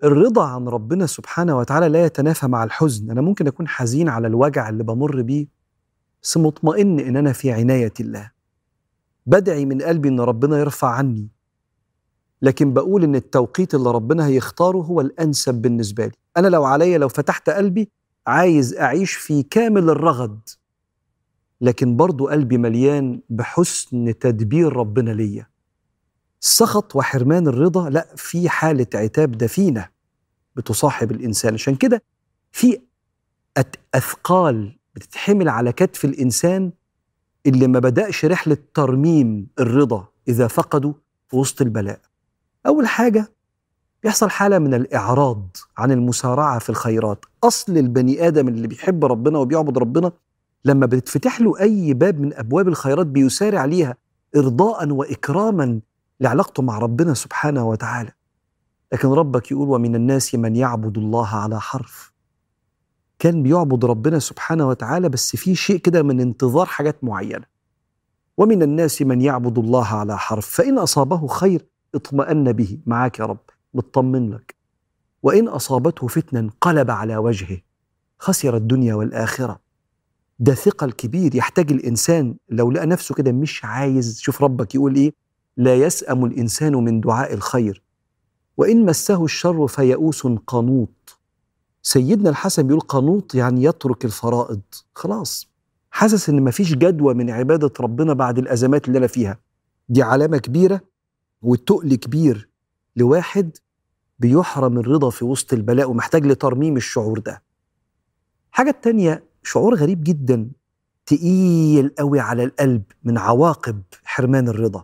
الرضا عن ربنا سبحانه وتعالى لا يتنافى مع الحزن. أنا ممكن أكون حزين على الوجع اللي بمر بيه، بس مطمئن إن أنا في عناية الله، بدعي من قلبي إن ربنا يرفع عني، لكن بقول إن التوقيت اللي ربنا هيختاره هو الأنسب بالنسبة لي. أنا لو عليا، لو فتحت قلبي، عايز أعيش في كامل الرغد، لكن برضو قلبي مليان بحسن تدبير ربنا ليا. السخط وحرمان الرضا لا، في حالة عتاب دفينة بتصاحب الإنسان. عشان كده في أثقال بتتحمل على كتف الإنسان اللي ما بدأش رحلة ترميم الرضا إذا فقدوا في وسط البلاء. أول حاجة، بيحصل حالة من الإعراض عن المسارعة في الخيرات. أصل البني آدم اللي بيحب ربنا وبيعبد ربنا لما بتفتح له أي باب من أبواب الخيرات بيسارع ليها إرضاء وإكراما لعلاقته مع ربنا سبحانه وتعالى. لكن ربك يقول: ومن الناس من يعبد الله على حرف. كان بيعبد ربنا سبحانه وتعالى بس في شيء كده من انتظار حاجات معينة. ومن الناس من يعبد الله على حرف فإن أصابه خير اطمأن به، معاك يا رب، مطمن لك. وإن أصابته فتنة انقلب على وجهه خسر الدنيا والآخرة. ده ثقل كبير يحتاج الإنسان لو لقى نفسه كده مش عايز. شوف ربك يقول إيه: لا يسأم الإنسان من دعاء الخير وإن مسه الشر فيئوس قنوط. سيدنا الحسن بيقول قنوط يعني يترك الفرائض، خلاص حاسس إن مفيش جدوى من عبادة ربنا بعد الأزمات اللي أنا فيها. دي علامة كبيرة والتقل كبير لواحد بيحرم الرضا في وسط البلاء ومحتاج لترميم الشعور ده. حاجة تانية، شعور غريب جدا تقيل قوي على القلب من عواقب حرمان الرضا،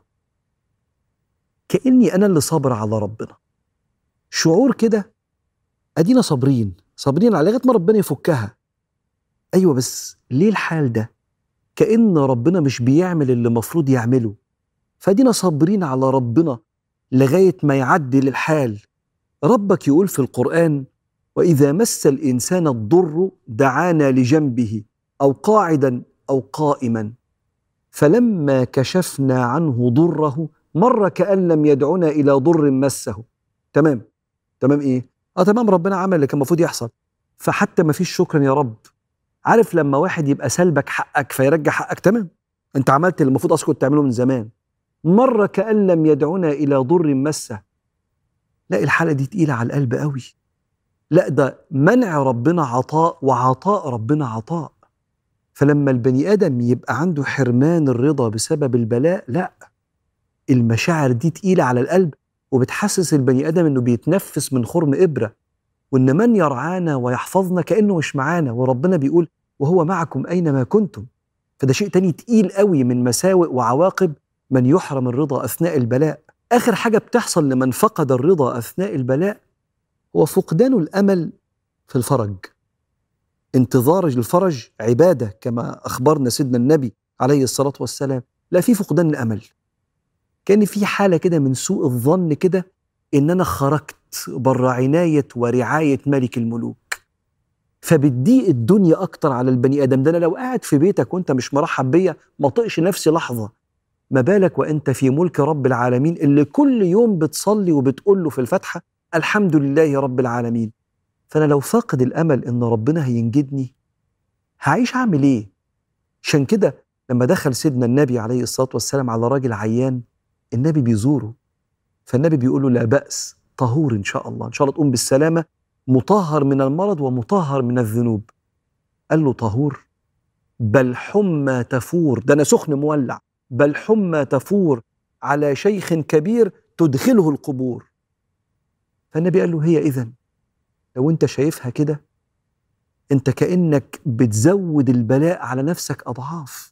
كأني أنا اللي صابر على ربنا. شعور كده أدينا صابرين على لغاية ما ربنا يفكها. أيوة، بس ليه الحال ده؟ كأن ربنا مش بيعمل اللي مفروض يعمله، فأدينا صابرين على ربنا لغاية ما يعدل الحال. ربك يقول في القرآن: وإذا مس الإنسان الضر دعانا لجنبه أو قاعدا أو قائما فلما كشفنا عنه ضره مر كأن لم يدعنا إلى ضر مسه. تمام إيه؟ تمام، ربنا عمل اللي كان المفروض يحصل، فحتى ما فيش شكرا يا رب. عارف لما واحد يبقى سلبك حقك فيرجع حقك؟ تمام، انت عملت اللي المفروض اصلا كنت تعمله من زمان. مر كأن لم يدعنا إلى ضر مسه. لا، الحالة دي تقيلة على القلب قوي. لا، ده منع ربنا عطاء وعطاء ربنا عطاء. فلما البني آدم يبقى عنده حرمان الرضا بسبب البلاء، لا، المشاعر دي تقيلة على القلب وبتحسس البني آدم إنه بيتنفس من خرم إبرة، وإن من يرعانا ويحفظنا كأنه مش معانا، وربنا بيقول: وهو معكم أينما كنتم. فده شيء تاني تقيل قوي من مساوئ وعواقب من يحرم الرضا أثناء البلاء. آخر حاجة بتحصل لمن فقد الرضا أثناء البلاء هو فقدان الأمل في الفرج. انتظار الفرج عبادة كما أخبرنا سيدنا النبي عليه الصلاة والسلام. لا، في فقدان الأمل، كان في حالة كده من سوء الظن كده إن أنا خرجت بره عناية ورعاية ملك الملوك، فبتضيق الدنيا أكتر على البني آدم. ده أنا لو قاعد في بيتك وأنت مش مرحب بيا ما طقش نفسي لحظة، ما بالك وأنت في ملك رب العالمين اللي كل يوم بتصلي وبتقول له في الفاتحة: الحمد لله رب العالمين. فأنا لو فاقد الأمل إن ربنا هينجدني هعيش أعمل إيه؟ عشان كده لما دخل سيدنا النبي عليه الصلاة والسلام على راجل عيان، النبي بيزوره، فالنبي بيقول له: لا بأس، طهور إن شاء الله تقوم بالسلامة، مطهر من المرض ومطهر من الذنوب. قال له: طهور؟ بل حمى تفور، ده أنا سخن مولع، بل حمى تفور على شيخ كبير تدخله القبور. فالنبي قال له: هي إذن لو أنت شايفها كده أنت كأنك بتزود البلاء على نفسك أضعاف.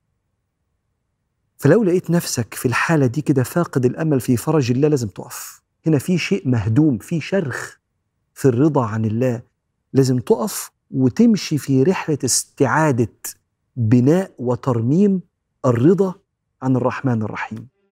فلو لقيت نفسك في الحالة دي كده فاقد الأمل في فرج الله لازم تقف. هنا في شيء مهدوم، في شرخ في الرضا عن الله، لازم تقف وتمشي في رحلة استعادة بناء وترميم الرضا عن الرحمن الرحيم.